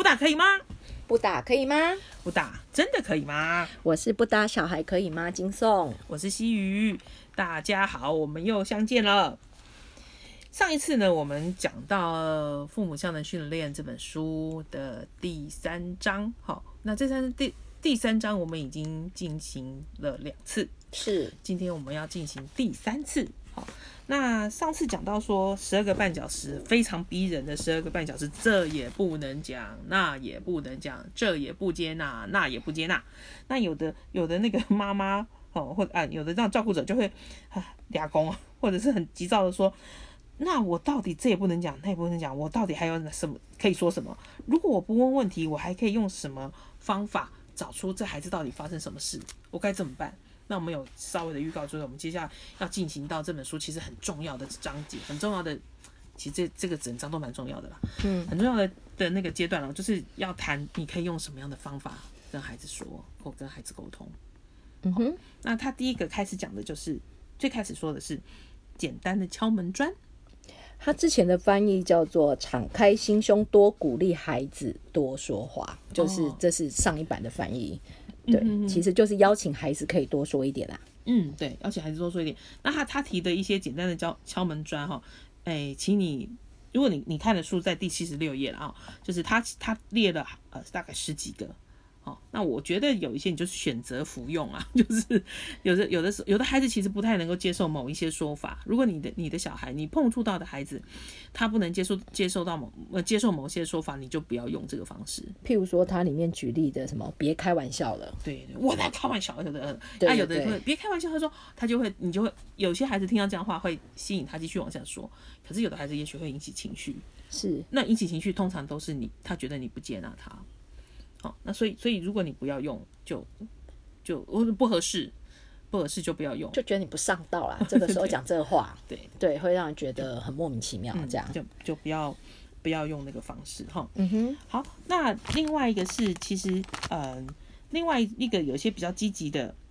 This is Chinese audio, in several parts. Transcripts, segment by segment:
不打可以吗？ 不打可以吗？ 不打真的可以吗？ 我是不打小孩可以吗？金颂， 我是西鱼，大家好，我们又相见了。上一次呢，我们讲到《父母效能训练》这本书的第3章，好，那第三章我们已经进行了2次， 是今天我们要进行第3次。好，那上次讲到说12个半小时非常逼人的12个半小时，这也不能讲，那也不能讲，这也不接纳，那也不接纳。那有的那个妈妈或者有的这样照顾者就会俩公，或者是很急躁的说，那我到底这也不能讲，那也不能讲，我到底还有什么可以说什么？如果我不问问题，我还可以用什么方法找出这孩子到底发生什么事？我该怎么办？那我们有稍微的预告，就是我们接下来要进行到这本书其实很重要的章节，很重要的，其实这个整章都蛮重要的啦，很重要的那个阶段了，就是要谈你可以用什么样的方法跟孩子说，或跟孩子沟通。那他第一个开始讲的就是最开始说的是简单的敲门砖。 他之前的翻译叫做敞开心胸，多鼓励孩子多说话，就是这是上一版的翻译。对，其实就是邀请孩子可以多说一点啦。 对，邀请孩子多说一点。那他提的一些简单的敲门砖请你，如果你看的书在第76页了就是他列了大概10几个。那我觉得有一些你就是选择服用啊，就是有的孩子其实不太能够接受某一些说法。如果你的小孩，你碰触到的孩子，他不能接受某些说法，你就不要用这个方式。 譬如说，他里面举例的什么，别开玩笑了。 对，我在开玩笑，有的会别开玩笑，你就会有些孩子听到这样的话会吸引他继续往下说，可是有的孩子也许会引起情绪。 是， 那引起情绪通常都是他觉得你不接纳他。那所以如果你不要用，就不合适就不要用， 就觉得你不上道啦。这个时候讲这个话，对，会让人觉得很莫名其妙，这样就不要用那个方式好，那另外一个是，其实另外一个有一些比较更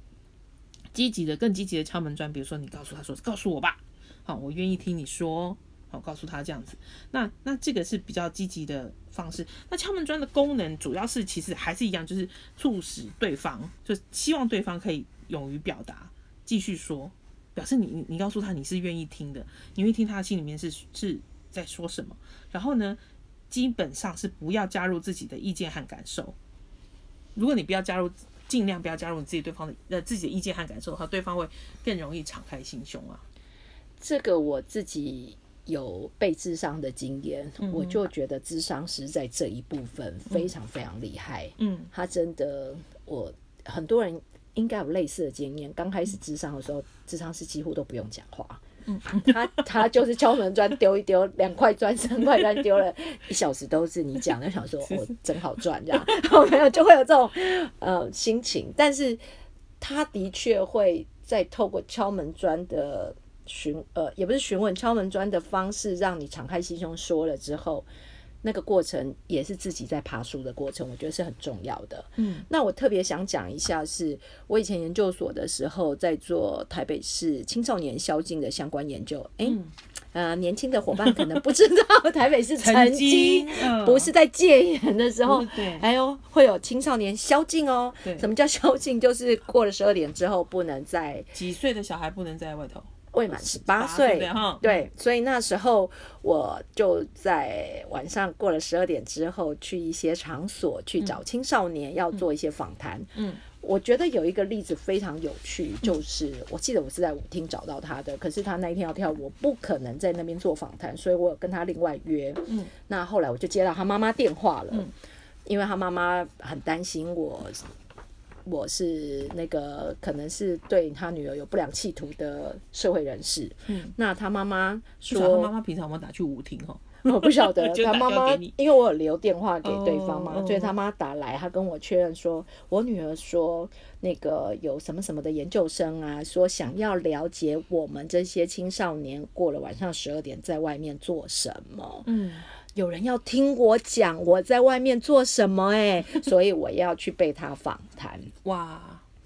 积极的敲门砖，比如说你告诉他说，告诉我吧，我愿意听你说。告诉他这样子，那这个是比较积极的方式。那敲门砖的功能主要是其实还是一样，就是促使对方，就希望对方可以勇于表达，继续说，表示你告诉他你是愿意听的，你愿意听他的心里面是在说什么。然后呢，基本上是不要加入自己的意见和感受。如果你不要加入，尽量不要加入你自己的意见和感受的话，对方会更容易敞开心胸啊。 这个我自己有被諮商的经验，我就觉得諮商师在这一部分非常非常厉害。他真的，很多人应该有类似的经验。刚开始諮商的时候，諮商师几乎都不用讲话，他就是敲门砖丢一丢，2块砖、3块砖丢了1小时都是你讲的，想说真好赚这样，没有就会有这种心情。但是他的确会在透过敲门砖的也不是询问，敲门砖的方式让你敞开心胸说了之后，那个过程也是自己在爬书的过程，我觉得是很重要的。那我特别想讲一下，是我以前研究所的时候在做台北市青少年宵禁的相关研究。年轻的伙伴可能不知道，台北市曾经不是在戒严的时候，会有青少年宵禁哦。什么叫宵禁？就是过了12点之后，不能在几岁的小孩不能在外头。 未满18岁，对，所以那时候我就在晚上过了12点之后，去一些场所去找青少年，要做一些访谈。我觉得有一个例子非常有趣，就是我记得我是在舞厅找到他的，可是他那一天要跳舞，我不可能在那边做访谈，所以我有跟他另外约。那后来我就接到他妈妈电话了，因为他妈妈很担心我是那个可能是对他女儿有不良企图的社会人士。那他妈妈说， 他妈妈平常有没有打去舞厅？ 我不晓得。他妈妈因为我有留电话给对方嘛，所以他妈打来，他跟我确认说，我女儿说那个有什么什么的研究生啊，说想要了解我们这些青少年过了晚上12点在外面做什么。有人要听我讲我在外面做什么所以我要去被他访谈。 哇！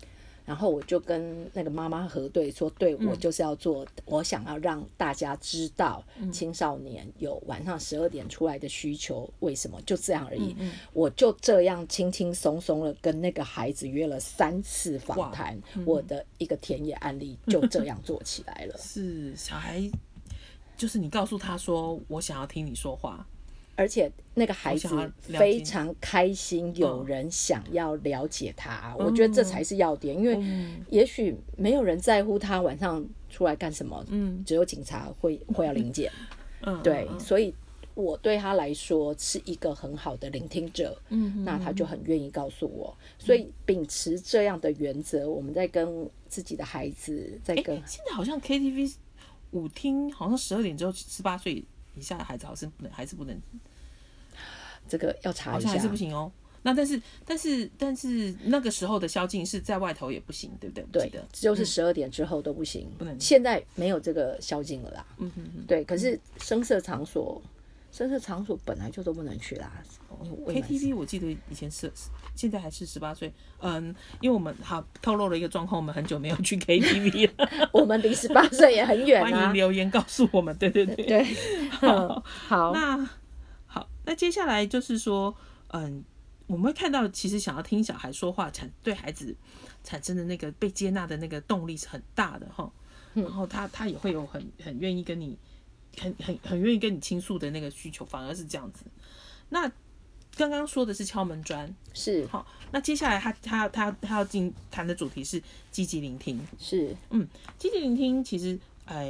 然后我就跟那个妈妈核对说，对，我就是要做，我想要让大家知道青少年有晚上12点出来的需求，为什么，就这样而已。我就这样轻轻松松的跟那个孩子约了3次访谈，我的一个田野案例就这样做起来了。 是小孩，就是你告诉他说我想要听你说话， 而且那个孩子非常开心，有人想要了解他，我觉得这才是要点，因为也许没有人在乎他晚上出来干什么，只有警察会要临检，对，所以我对他来说是一个很好的聆听者，那他就很愿意告诉我，所以秉持这样的原则，我们在跟自己的孩子在跟， 现在好像 KTV 舞厅好像12点之后18岁以下的孩子好像还是不能， 这个要查一下， 好像还是不行哦。那但是那个时候的宵禁是在外头也不行，对不对？ 对，就是12点之后都不行， 不能。现在没有这个宵禁了啦。对，可是声色场所本来就都不能去啦。 KTV 我记得以前是，现在还是18岁。因为我们透露了一个状况，我们很久没有去 KTV 了。 我们离18岁也很远啊。 欢迎留言告诉我们。对。 好， 那接下来就是说，我们会看到，其实想要听小孩说话，对孩子产生的那个被接纳的那个动力是很大的哈。然后他也会有很愿意跟你。很愿意跟你倾诉的那个需求，反而是这样子。那刚刚说的是敲门砖， 是好。那接下来他要谈的主题是积极聆听， 是积极聆听。其实，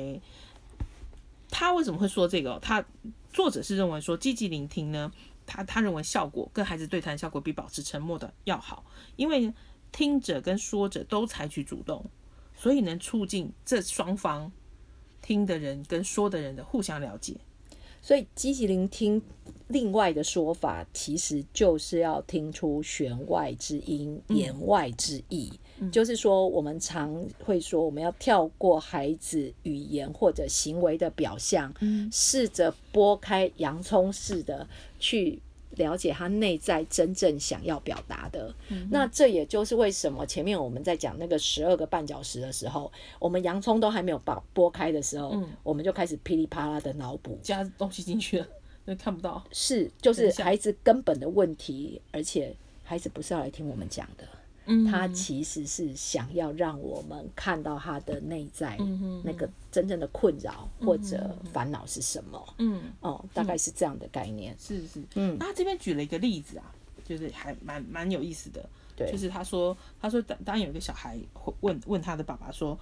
他为什么会说这个？作者是认为说积极聆听呢，他认为效果跟孩子对谈效果比保持沉默的要好，因为听者跟说者都采取主动，所以能促进这双方。听的人跟说的人的互相了解， 所以积极聆听另外的说法，其实就是要听出弦外之音，言外之意。就是说，我们常会说，我们要跳过孩子语言或者行为的表象，试着拨开洋葱似的去了解他内在真正想要表达的。那这也就是为什么前面我们在讲那个12个绊脚石的时候，我们洋葱都还没有剥开的时候，我们就开始噼里啪啦的脑补， 加东西进去了，那看不到。 是，就是孩子根本的问题，而且孩子不是要来听我们讲的。他其实是想要让我们看到他的内在那个真正的困扰或者烦恼是什么。大概是这样的概念。 是。那他这边举了一个例子啊，就是还蛮有意思的。对，就是他说当有一个小孩问他的爸爸说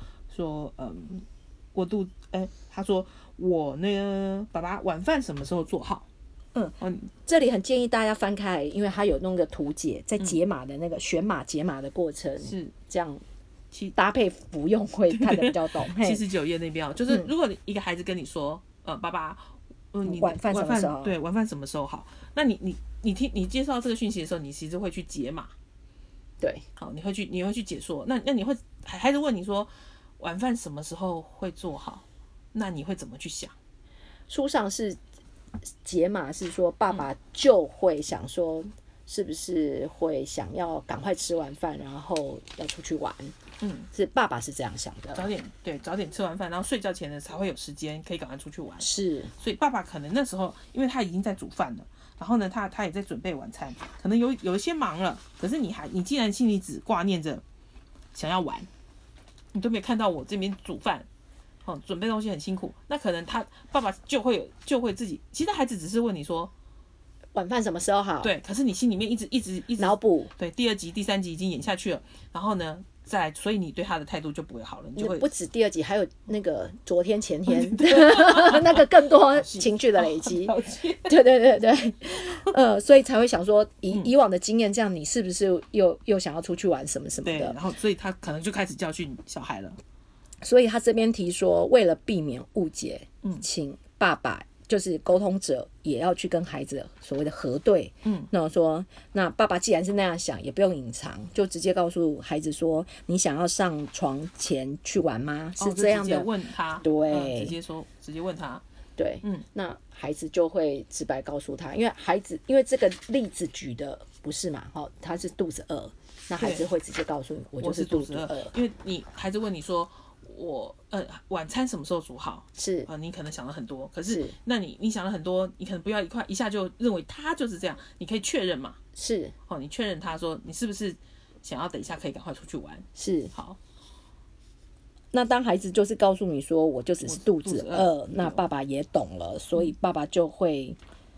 他说我呢，爸爸晚饭什么时候做好？ 这里很建议大家翻开，因为它有那个图解，在解码的那个选码解码的过程，是这样搭配服用会看得比较懂。 79页那边就是如果一个孩子跟你说，爸爸，你晚饭什么时候？ 对，晚饭什么时候好？那你接受到这个讯息的时候，你其实会去解码。 对， 好，你会去解说。那你会孩子问你说晚饭什么时候会做好？那你会怎么去想？ 书上是。解码是说爸爸就会想说是不是会想要赶快吃完饭然后要出去玩，是爸爸是这样想的， 早点吃完饭，然后睡觉前呢才会有时间可以赶快出去玩。 是， 所以爸爸可能那时候因为他已经在煮饭了，然后呢他也在准备晚餐，可能有一些忙了，可是你既然心里只挂念着想要玩，你都没看到我这边煮饭。准备东西很辛苦，那可能他爸爸就会自己，其实孩子只是问你说晚饭什么时候好， 对，可是你心里面一直脑补， 对，第2集第3集已经演下去了，然后呢再来，所以你对他的态度就不会好了，你就会不止第2集，还有那个昨天前天那个更多情绪的累积，对，所以才会想说以往的经验，这样你是不是又想要出去玩什么什么的， 对，然后所以他可能就开始教训小孩了。 所以他这边提说，为了避免误解，请爸爸就是沟通者也要去跟孩子所谓的核对。那我说，那爸爸既然是那样想，也不用隐藏，就直接告诉孩子说，你想要上床前去玩吗？是这样的， 直接问他， 对， 直接问他。 对，那孩子就会直白告诉他，因为这个例子举的不是嘛，他是肚子饿，那孩子会直接告诉你，我就是肚子饿。 因为孩子问你说我晚餐什么时候煮好？ 是你可能想了很多，可是那你想了很多，你可能不要一下就认为他就是这样，你可以确认嘛？ 是你确认他说你是不是想要等一下可以赶快出去玩？ 是好。 那当孩子就是告诉你说我就只是肚子饿，那爸爸也懂了，所以爸爸就会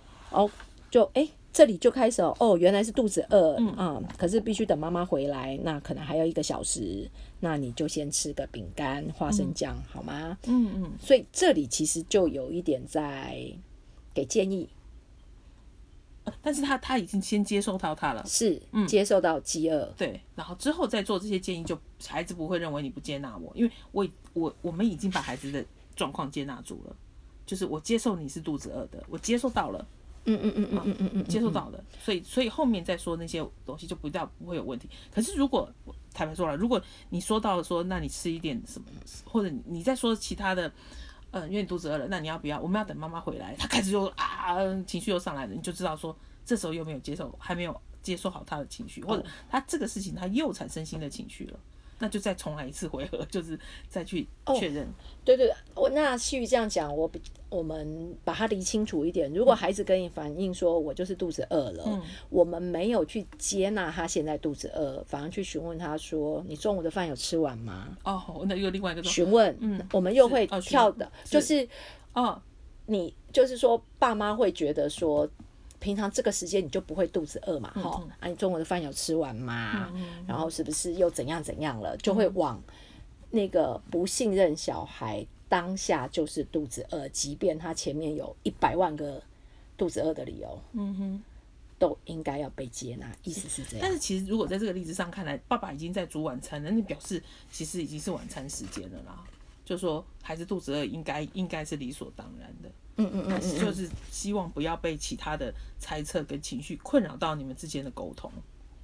这里就开始原来是肚子饿，可是必须等妈妈回来，那可能还要1个小时，那你就先吃个饼干花生酱好吗？所以这里其实就有一点在给建议， 但是他已经先接受到他了， 是接受到饥饿， 对，然后之后再做这些建议，就孩子不会认为你不接纳我，因为我们已经把孩子的状况接纳住了，就是我接受你是肚子饿的，我接受到了，接受到了，所以后面再说那些东西就不会有问题。可是如果坦白说了，如果你说到说，那你吃一点什么，或者你再说其他的。因为你肚子饿了，那你要不要？我们要等妈妈回来，他开始就情绪又上来了，你就知道说这时候又没有还没有接受好他的情绪，或者他这个事情他又产生新的情绪了，那就再重来一次回合，就是再去确认。 对，那细语这样讲，我们把它理清楚一点。如果孩子跟你反映说我就是肚子饿了，我们没有去接纳他现在肚子饿，反而去询问他说你中午的饭有吃完吗？ 那又另外一个询问，我们又会跳的，就是你就是说爸妈会觉得说平常这个时间你就不会肚子饿嘛，你中午的饭有吃完吗？然后是不是又怎样怎样了，就会往那个不信任小孩当下就是肚子饿，即便他前面有100万个肚子饿的理由，都应该要被接纳，意思是这样。 但是其实如果在这个例子上看来，爸爸已经在煮晚餐了，那表示其实已经是晚餐时间了啦，就说孩子肚子饿应该是理所当然的，就是希望不要被其他的猜测跟情绪困扰到你们之间的沟通。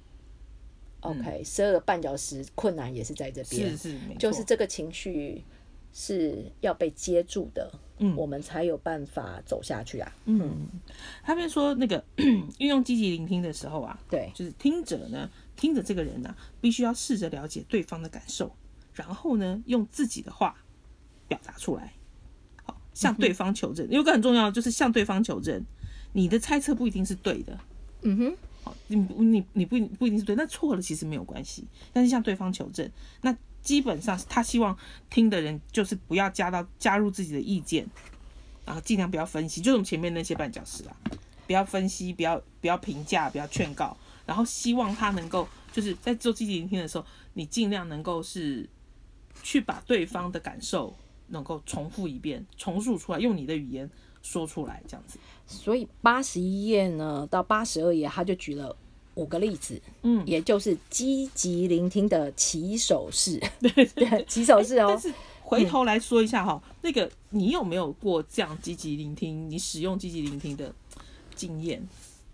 OK，12个半小时困难也是在这边， 是没错， 就是这个情绪是要被接住的，我们才有办法走下去啊。 他们说那个运用积极聆听的时候啊， 对， 就是听着这个人啊，必须要试着了解对方的感受，然后呢，用自己的话表达出来，向对方求证。有个很重要的就是向对方求证，你的猜测不一定是对的，你不一定是对，那错了其实没有关系，但是向对方求证，那基本上他希望听的人就是不要加入自己的意见，然后尽量不要分析，就是我们前面那些绊脚石啊，不要分析，不要评价，不要劝告，然后希望他能够就是在做积极聆听的时候，你尽量能够是去把对方的感受能够重复一遍，重述出来，用你的语言说出来，这样子。 所以81页呢到82页，他就举了5个例子，也就是积极聆听的起手式，对，起手式但是回头来说一下那个你有没有过这样积极聆听？你使用积极聆听的经验？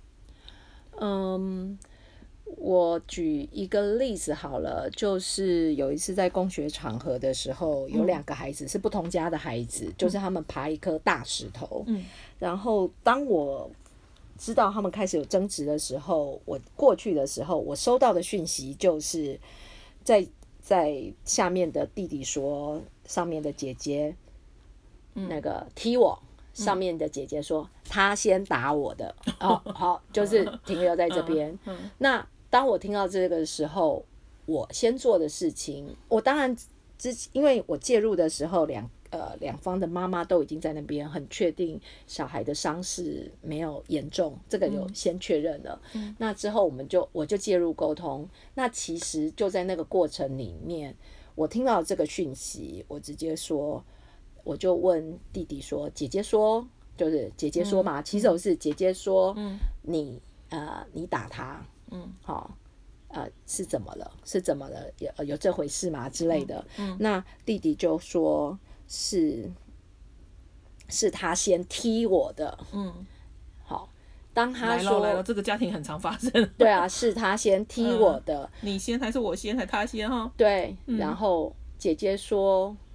我举一个例子好了，就是有一次在公学场合的时候，有2个孩子是不同家的孩子，就是他们爬一颗大石头，然后当我知道他们开始有争执的时候，我过去的时候，我收到的讯息就是在下面的弟弟说，上面的姐姐那个踢我，上面的姐姐说他先打我的，好，就是停留在这边。那当我听到这个的时候，我先做的事情，我当然因为我介入的时候，两方的妈妈都已经在那边很确定小孩的伤势没有严重，这个有先确认了。那之后我就介入沟通。那其实就在那个过程里面，我听到这个讯息，我直接说，我就问弟弟说，姐姐说，就是姐姐说嘛，起手是姐姐说，你打他，是怎么了？是怎么了？有这回事吗？之类的。那弟弟就说是他先踢我的。好，当他说来了，这个家庭很常发生。 对啊，是他先踢我的。 你先还是我先还是他先哈？ 对，然后姐姐说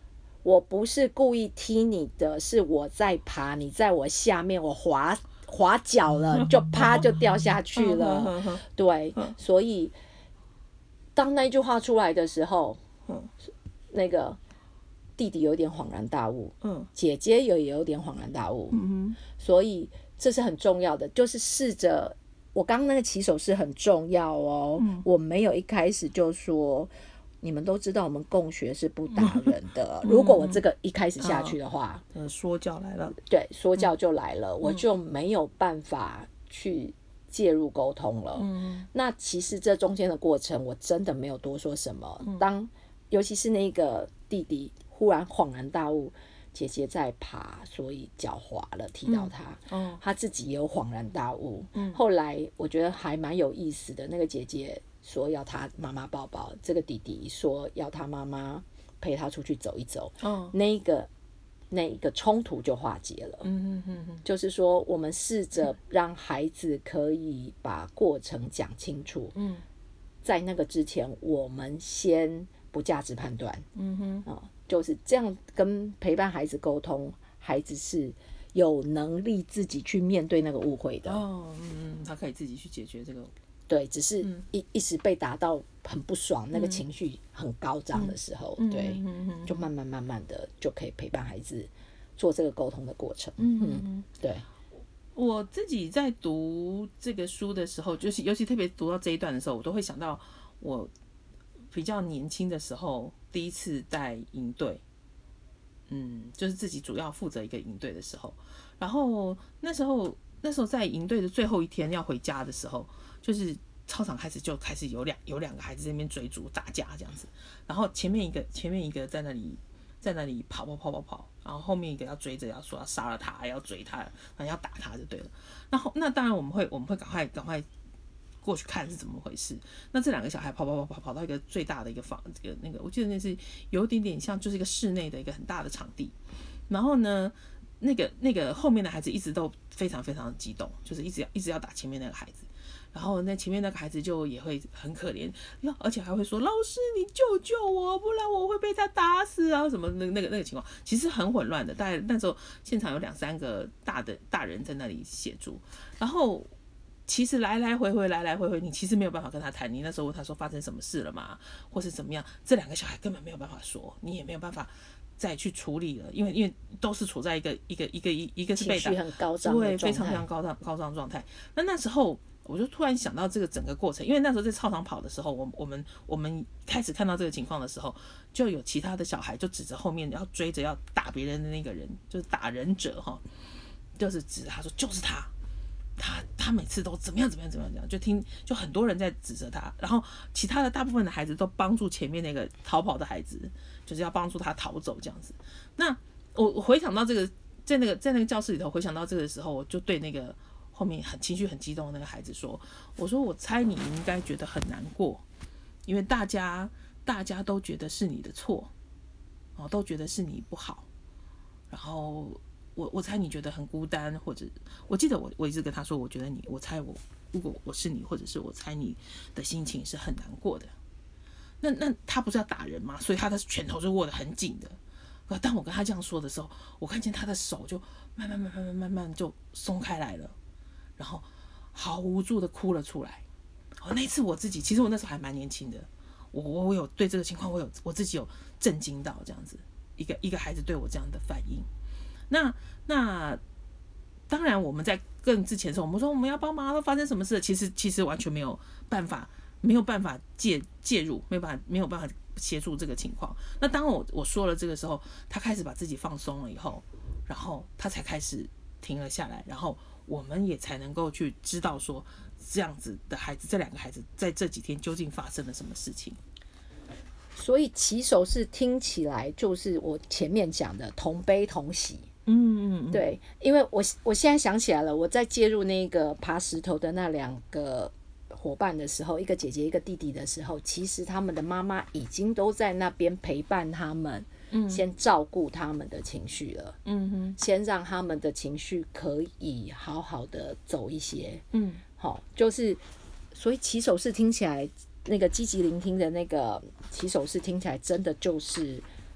我不是故意踢你的，是我在爬，你在我下面，我滑脚了，就啪就掉下去了。对，所以当那句话出来的时候，那个弟弟有点恍然大悟，姐姐也有点恍然大悟，所以这是很重要的，就是试着，我刚刚那个起手式很重要哦，我没有一开始就说。你们都知道我们共学是不打人的，如果我这个一开始下去的话， 说教来了， 对，说教就来了，我就没有办法去介入沟通了。那其实这中间的过程，我真的没有多说什么。尤其是那个弟弟忽然恍然大悟，姐姐在爬，所以脚滑了，踢到他，他自己也有恍然大悟。后来我觉得还蛮有意思的，那个姐姐说要他妈妈抱抱，这个弟弟说要他妈妈陪他出去走一走，那一个冲突就化解了。就是说我们试着让孩子可以把过程讲清楚。在那个之前，我们先不价值判断。就是这样跟陪伴孩子沟通，孩子是有能力自己去面对那个误会的。 他可以自己去解决这个。 对，只是一时被打到很不爽，那个情绪很高涨的时候，对，就慢慢的就可以陪伴孩子做这个沟通的过程。对。 我自己在读这个书的时候，就是尤其特别读到这一段的时候，我都会想到我比较年轻的时候，第一次带营队，就是自己主要负责一个营队的时候，然后那时候在营队的最后一天要回家的时候。就是操场开始有两个孩子在那边追逐打架这样子，然后前面一个在那里跑，然后后面一个要追着，要说要杀了他，要追他，然后要打他就对了。那当然我们会赶快过去看是怎么回事。那这两个小孩跑到一个最大的一个那个，我记得那是有一点像就是一个室内的一个很大的场地，然后呢。那个后面的孩子一直都非常非常的激动，就是一直要打前面那个孩子，然后那前面那个孩子就也会很可怜，而且还会说老师你救我，不然我会被他打死啊什么那个情况，其实很混乱的。大概那时候现场有2-3个大人在那里协助，然后其实来来回回，你其实没有办法跟他谈。你那时候问他说发生什么事了吗，或是怎么样，这两个小孩根本没有办法说，你也没有办法。再去处理了，因为都是处在一个是被打， 情绪很高涨， 对，非常非常高涨状态。那时候我就突然想到这个整个过程，因为那时候在操场跑的时候，我们开始看到这个情况的时候，就有其他的小孩就指着后面要追着要打别人的那个人，就是打人者哈，就是指着他说就是他每次都怎么样，就很多人在指责他，然后其他的大部分的孩子都帮助前面那个逃跑的孩子，就是要帮助他逃走这样子。那我回想到这个，在那个教室里头回想到这个的时候，我就对那个后面情绪很激动的那个孩子说：“我说我猜你应该觉得很难过，因为大家都觉得是你的错，都觉得是你不好，然后。”我猜你觉得很孤单，或者我记得我一直跟他说，我觉得我猜如果我是你，或者是我猜你的心情是很难过的。那他不是要打人吗？所以他的拳头就握得很紧的。当我跟他这样说的时候，我看见他的手就慢慢就松开来了，然后好无助的哭了出来。那一次其实我那时候还蛮年轻的，我有对这个情况我自己有震惊到这样子，一个孩子对我这样的反应。那当然，我们在更之前的时候，我们说我们要帮忙，都发生什么事？其实完全没有办法介入，没有办法协助这个情况。那当我说了这个时候，他开始把自己放松了以后，然后他才开始停了下来，然后我们也才能够去知道说这样子的孩子，这两个孩子在这几天究竟发生了什么事情。 所以起手式听起来就是我前面讲的同悲同喜。对，因为我现在想起来了，我在介入那个爬石头的那2个伙伴的时候，一个姐姐一个弟弟的时候，其实他们的妈妈已经都在那边陪伴他们，先照顾他们的情绪了，先让他们的情绪可以好好的走一些，就是所以起手式听起来，那个积极聆听的那个起手式听起来真的就是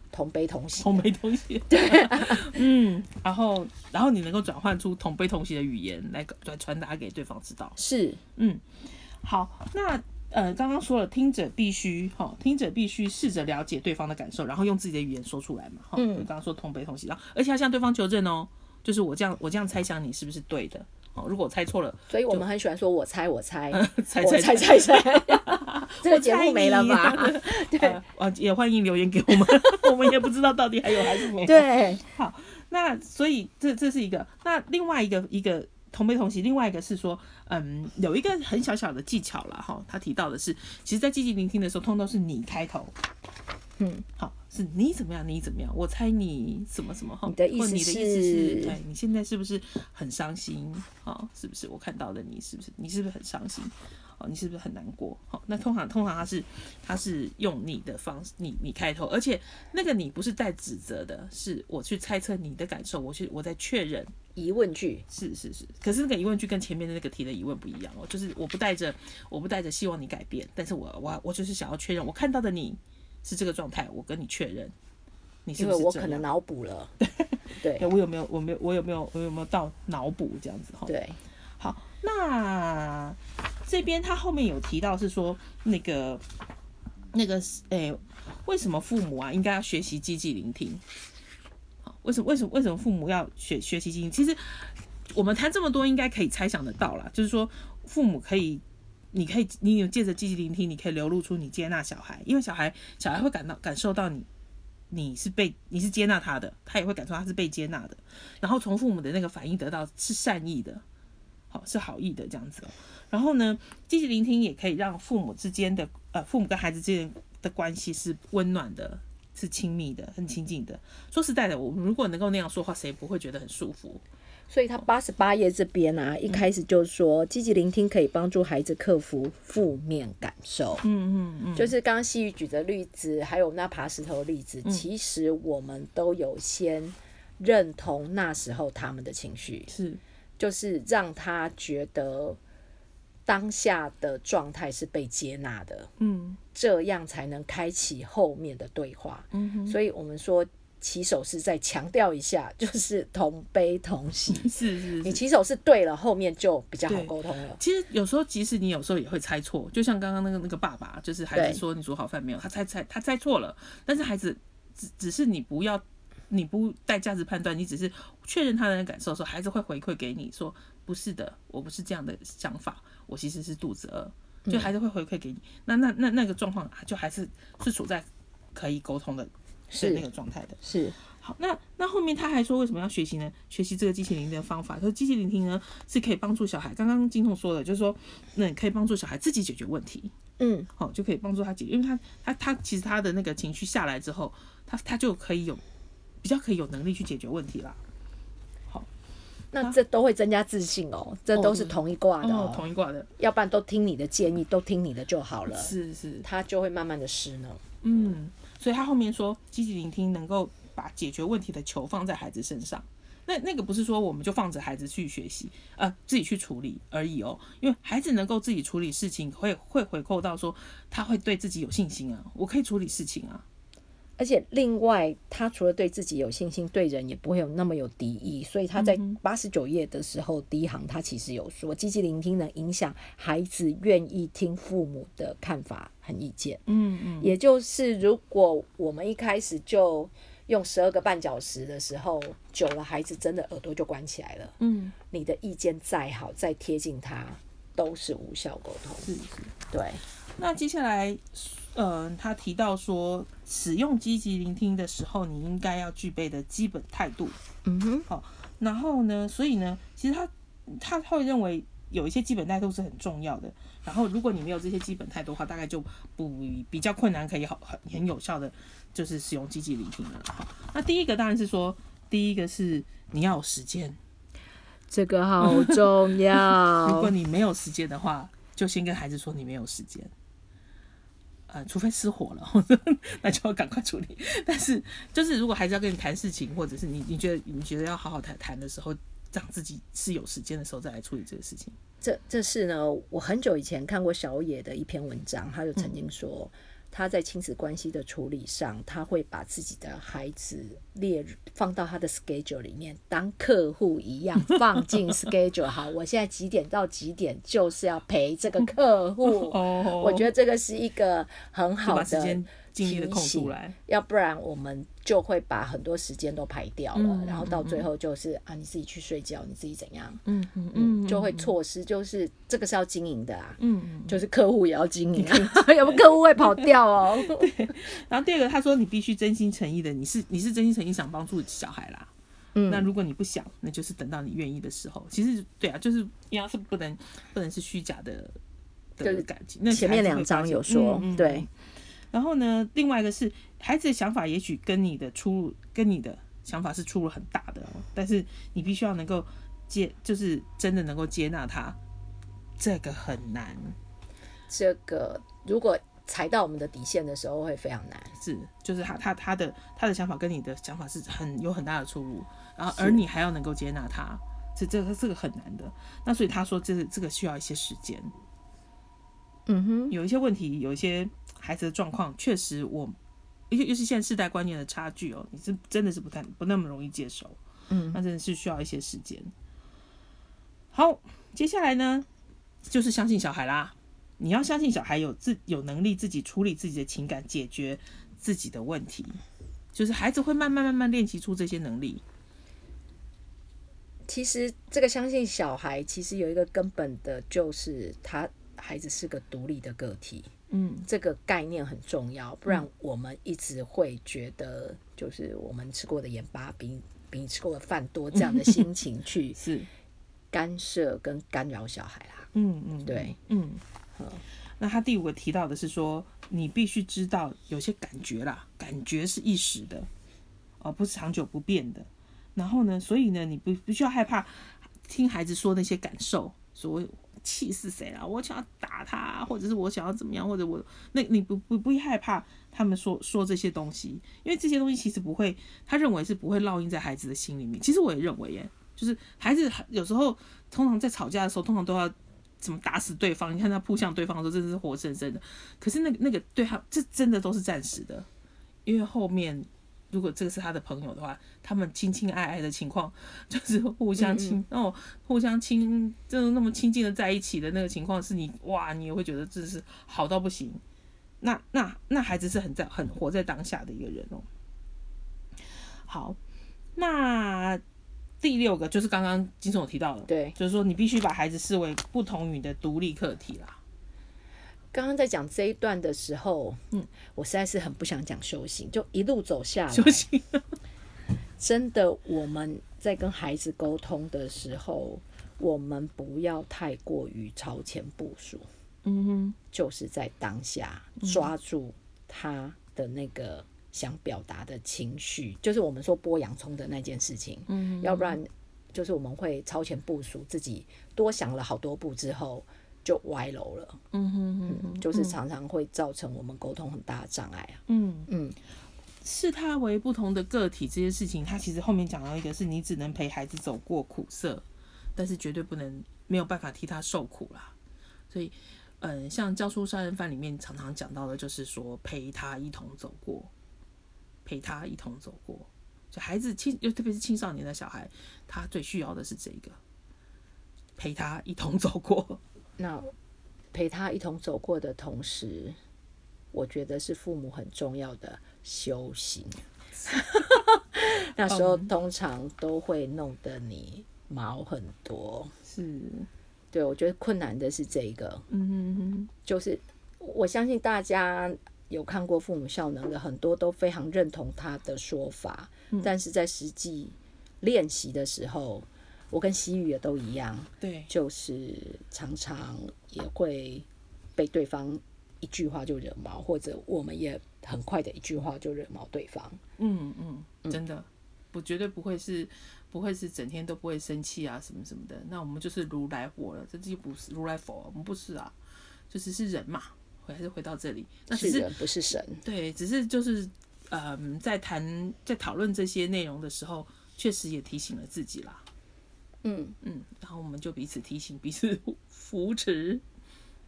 同悲同喜， 同悲同喜。对，然后你能够转换出同悲同喜的语言来传达给对方知道。 是， 好，那刚刚说了，听者必须试着了解对方的感受，然后用自己的语言说出来嘛。刚刚说同悲同喜，然后而且要向对方求证哦，就是我这样猜想你是不是对的。如果我猜错了， 所以我们很喜欢说我猜猜这个节目没了吧？ 对，也欢迎留言给我们，我们也不知道到底还有还是没有。 对， 好，那所以这是一个，那另外一个同悲同喜，另外一个是说，有一个很小小的技巧啦，他提到的是，其实在积极聆听的时候，通常都是你开头，好，是你怎么样，我猜你什么什么， 你的意思是， 你现在是不是很伤心？是不是我看到的你是不是很伤心？你是不是很难过？那通常他是用你的方式，你开头，而且那个你不是带指责的，是我去猜测你的感受，我在确认。 疑问句是，可是那个疑问句跟前面的那个提的疑问不一样哦，就是我不带着希望你改变，但是我就是想要确认我看到的你是这个状态，我跟你确认你是不是这样， 因为我可能脑补了，对， 我有没有到脑补这样子哈？ 对， 好，那这边他后面有提到是说那个为什么父母应该要学习积极聆听？为什么父母要学习积极聆听？其实我们谈这么多，应该可以猜想得到啦，就是说父母你有借着积极聆听，你可以流露出你接纳小孩，因为小孩会感受到你是接纳他的，他也会感受到他是被接纳的，然后从父母的那个反应得到是善意的，是好意的这样子。然后呢，积极聆听也可以让父母跟孩子之间的关系是温暖的，是亲密的，很亲近的。说实在的，我们如果能够那样说话，谁不会觉得很舒服？ 所以他88页这边一开始就说，积极聆听可以帮助孩子克服负面感受。就是刚刚细雨举的例子，还有那爬石头的例子，其实我们都有先认同那时候他们的情绪，就是让他觉得当下的状态是被接纳的，这样才能开启后面的对话。所以我们说起手是再强调一下，就是同悲同喜。 是你起手是对了，后面就比较好沟通了。 其实有时候，即使你有时候也会猜错，就像刚刚那个爸爸，就是孩子说你煮好饭没有，他猜错了，但是孩子只是你不带价值判断，你只是确认他的感受的时候，孩子会回馈给你说不是的，我不是这样的想法，我其实是肚子饿，就孩子会回馈给你。那个状况就还是处在可以沟通的那个状态的。 是。 好，那后面他还说为什么要学习呢？学习这个积极聆听的方法，说积极聆听呢是可以帮助小孩。刚刚金童说的，就是说，那可以帮助小孩自己解决问题。就可以帮助他解决，因为他其实他的那个情绪下来之后，他就比较可以有能力去解决问题啦。好， 那这都会增加自信哦，这都是同一卦的同一卦的， 要不然都听你的建议，都听你的就好了。 是， 他就会慢慢的失能。 所以他后面说，积极聆听能够把解决问题的球放在孩子身上。那个不是说我们就放着孩子去学习，自己去处理而已哦。因为孩子能够自己处理事情，会回扣到说他会对自己有信心啊，我可以处理事情啊。 而且另外，他除了对自己有信心，对人也不会有那么有敌意。所以他在89页的时候，第一行他其实有说，积极聆听能影响孩子愿意听父母的看法和意见。也就是如果我们一开始就用12个半小时的时候，久了孩子真的耳朵就关起来了。你的意见再好再贴近他，都是无效沟通。 是， 对。 那接下来，他提到说，使用积极聆听的时候，你应该要具备的基本态度。好，然后呢，所以呢，其实他会认为有一些基本态度是很重要的。然后，如果你没有这些基本态度的话，大概就比较困难，可以很有效的就是使用积极聆听了。好，那第一个当然是说，第一个是你要有时间， 这个好重要。 如果你没有时间的话，就先跟孩子说你没有时间。除非失火了，那就要赶快处理。但是，就是如果孩子要跟你谈事情，或者是你觉得要好好谈的时候，让自己是有时间的时候再来处理这个事情。这是呢，我很久以前看过小野的一篇文章，他就曾经说， 他在亲子关系的处理上，他会把自己的孩子放到他的 schedule 里面，当客户一样放进 schedule。好，我现在几点到几点就是要陪这个客户。我觉得这个是一个很好的精力的空出来， 要不然我们就会把很多时间都排掉了，然后到最后就是你自己去睡觉，你自己怎样，就会错失，就是这个是要经营的啊，就是客户也要经营啊，要不客户会跑掉哦。 对，然后第二个他说你必须真心诚意的，你是真心诚意想帮助小孩啦。那如果你不想，那就是等到你愿意的时候。其实对啊，就是因为是不能是虚假的感情。那前面2章有说，对。 然后呢，另外一个是孩子的想法也许跟你的想法是出入很大的，但是你必须要能够就是真的能够接纳他，这个很难。 这个如果踩到我们的底线的时候会非常难。 是，就是他的想法跟你的想法是有很大的出入，然后而你还要能够接纳他，这个很难的。那所以他说这个需要一些时间。有一些问题，有一些孩子的状况，确实尤其现在世代观念的差距你是真的是不那么容易接受。那真的是需要一些时间。好，接下来呢，就是相信小孩啦。你要相信小孩有能力自己处理自己的情感，解决自己的问题，就是孩子会慢慢练习出这些能力。 其实这个相信小孩，其实有一个根本的，就是孩子是个独立的个体。这个概念很重要，不然我们一直会觉得，就是我们吃过的盐巴比你吃过的饭多这样的心情去干涉跟干扰小孩啦。对。 那他第5个提到的是说，你必须知道有些感觉是一时的，不是长久不变的。然后呢，所以呢，你不需要害怕听孩子说那些感受，说气死谁了，我想要打他，或者是我想要怎么样，或者你不会害怕他们说这些东西，因为这些东西其实不会，他认为是不会烙印在孩子的心里面。其实我也认为耶，就是孩子有时候通常在吵架的时候，通常都要怎么打死对方，你看他扑向对方的时候真的是活生生的，可是那个对他这真的都是暂时的，因为后面如果这个是他的朋友的话，他们亲亲爱爱的情况，就是互相亲，互相亲，就是那么亲近的在一起的那个情况，是你也会觉得真是好到不行。那孩子是很活在当下的一个人哦。好，那第6个就是刚刚金总有提到的， 对， 就是说你必须把孩子视为不同于你的独立课题啦。 刚刚在讲这一段的时候，我实在是很不想讲修行，就一路走下来。 修行， 真的，我们在跟孩子沟通的时候，我们不要太过于超前部署。就是在当下抓住他的那个想表达的情绪，就是我们说剥洋葱的那件事情。要不然就是我们会超前部署，自己多想了好多步之后就歪楼了。就是常常会造成我们沟通很大的障碍啊。 视他为不同的个体这件事情，他其实后面讲到一个是你只能陪孩子走过苦涩，但是绝对没有办法替他受苦啦。所以像教书杀人犯里面常常讲到的就是说陪他一同走过，就孩子特别是青少年的小孩，他最需要的是这个陪他一同走过。 那陪他一同走过的同时，我觉得是父母很重要的修行。那时候通常都会弄得你毛很多。 是， 对，我觉得困难的是这个。就是我相信大家有看过父母效能的，很多都非常认同他的说法，但是在实际练习的时候，我跟西域也都一样， 对， 就是常常也会被对方一句话就惹毛，或者我们也很快的一句话就惹毛对方。 真的，绝对不会是整天都不会生气啊什么什么的。那我们就是如来佛了，这就不是如来佛，我们不是啊，就是人嘛，还是回到这里。那只是人不是神。对， 只是就是在讨论这些内容的时候，确实也提醒了自己啦。然后我们就彼此提醒，彼此扶持。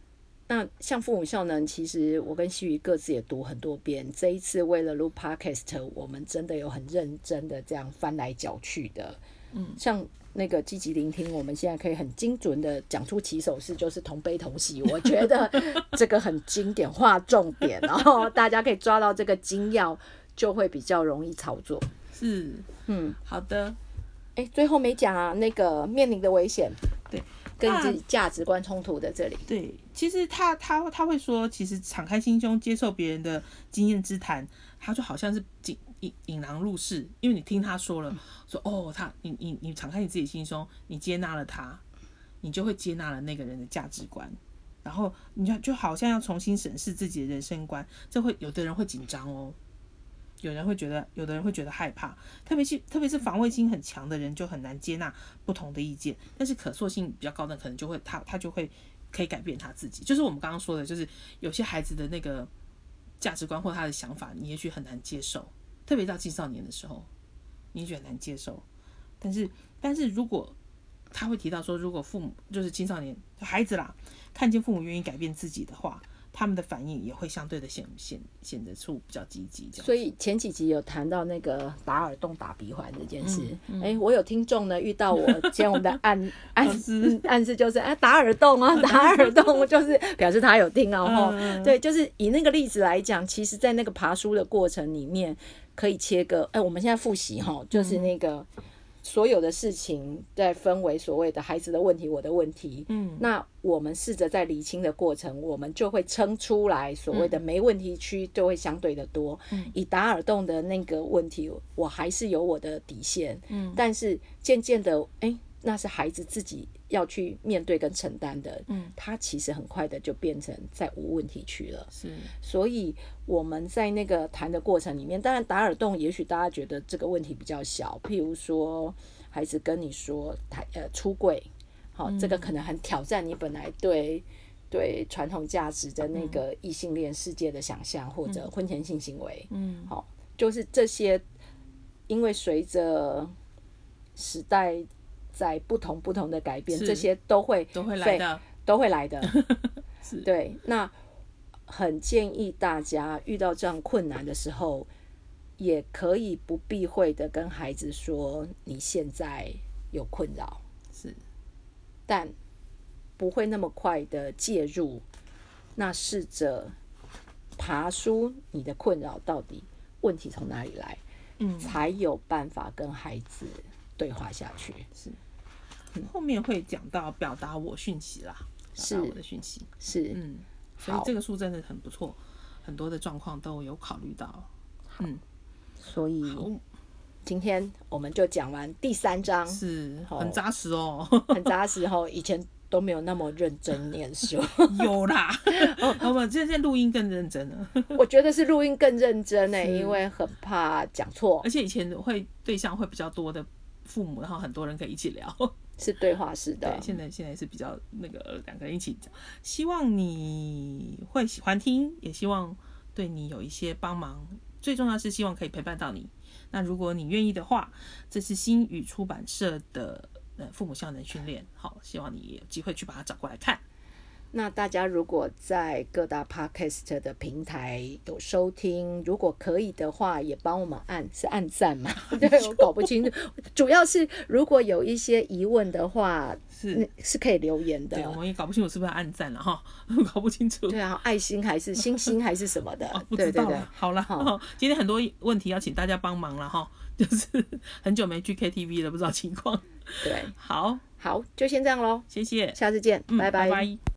那像父母效能，其实我跟希瑜各自也读很多遍。这一次为了录 podcast， 我们真的有很认真的这样翻来搅去的。像那个积极聆听，我们现在可以很精准的讲出起手式，就是同悲同喜。我觉得这个很经典，划重点，然后大家可以抓到这个精要，就会比较容易操作。 是，好的。 最后没讲啊，那个面临的危险， 对， 跟自己价值观冲突的这里。 对，其实他会说，其实敞开心胸接受别人的经验之谈，他就好像是引狼入室，因为你听他说了，说哦，你敞开你自己心胸，你接纳了他，你就会接纳了那个人的价值观，然后你就好像要重新审视自己的人生观，这会有的人会紧张哦。有的人会觉得害怕，特别是防卫心很强的人就很难接纳不同的意见，但是可塑性比较高的可能就会他就会可以改变他自己。就是我们刚刚说的，就是有些孩子的那个价值观或他的想法，你也许很难接受，特别到青少年的时候，你也许很难接受。但是如果他会提到说，如果父母就是青少年孩子啦，看见父母愿意改变自己的话，他们的反应也会相对的显得出比较积极。 所以前几集有谈到那个打耳洞打鼻环这件事，我有听众呢遇到我，今天我们的暗示就是打耳洞啊，打耳洞就是表示他有听啊。对，就是以那个例子来讲，其实在那个爬书的过程里面，可以切割。我们现在复习就是那个。所有的事情在分为所谓的孩子的问题，我的问题。那我们试着在厘清的过程，我们就会称出来所谓的没问题区，就会相对的多。以打耳洞的那个问题，我还是有我的底线。但是渐渐的，那是孩子自己要去面对跟承担的。他其实很快的就变成在无问题区了。 是，所以我们在那个谈的过程里面，当然打耳洞也许大家觉得这个问题比较小，譬如说孩子跟你说出柜，这个可能很挑战你本来对传统价值的那个异性恋世界的想象，或者婚前性行为。就是这些，因为随着时代在不同的改变，这些都会来的对，那很建议大家遇到这样困难的时候，也可以不避讳的跟孩子说你现在有困扰， 是， 但不会那么快的介入。那试着爬出你的困扰到底问题从哪里来，才有办法跟孩子对话下去。 是，后面会讲到表达我讯息啦，表达我的讯息是， 所以这个书真的很不错，很多的状况都有考虑到。 所以今天我们就讲完第3章， 是很扎实哦， 很扎实哦。以前都没有那么认真念书， 有啦，我们现在录音更认真了。 我觉得是录音更认真因为很怕讲错， 而且以前对象会比较多的父母，然后很多人可以一起聊，是对话式的。 对，现在是比较那个2个人一起讲，希望你会喜欢听，也希望对你有一些帮忙。最重要是希望可以陪伴到你。那如果你愿意的话，这是新语出版社的父母效能训练，好，希望你有机会去把它找过来看。 那大家如果在各大 podcast 的平台有收听，如果可以的话，也帮我们按赞嘛？对，我搞不清楚。主要是如果有一些疑问的话，是可以留言的。 对，我们也搞不清楚是不是要按赞了哈，搞不清楚。 对啊，爱心还是星星还是什么的？ 不知道了。对，好了，今天很多问题要请大家帮忙了哈，就是很久没去 KTV 了，不知道情况。 对， 好， 就先这样咯， 谢谢， 下次见，拜拜。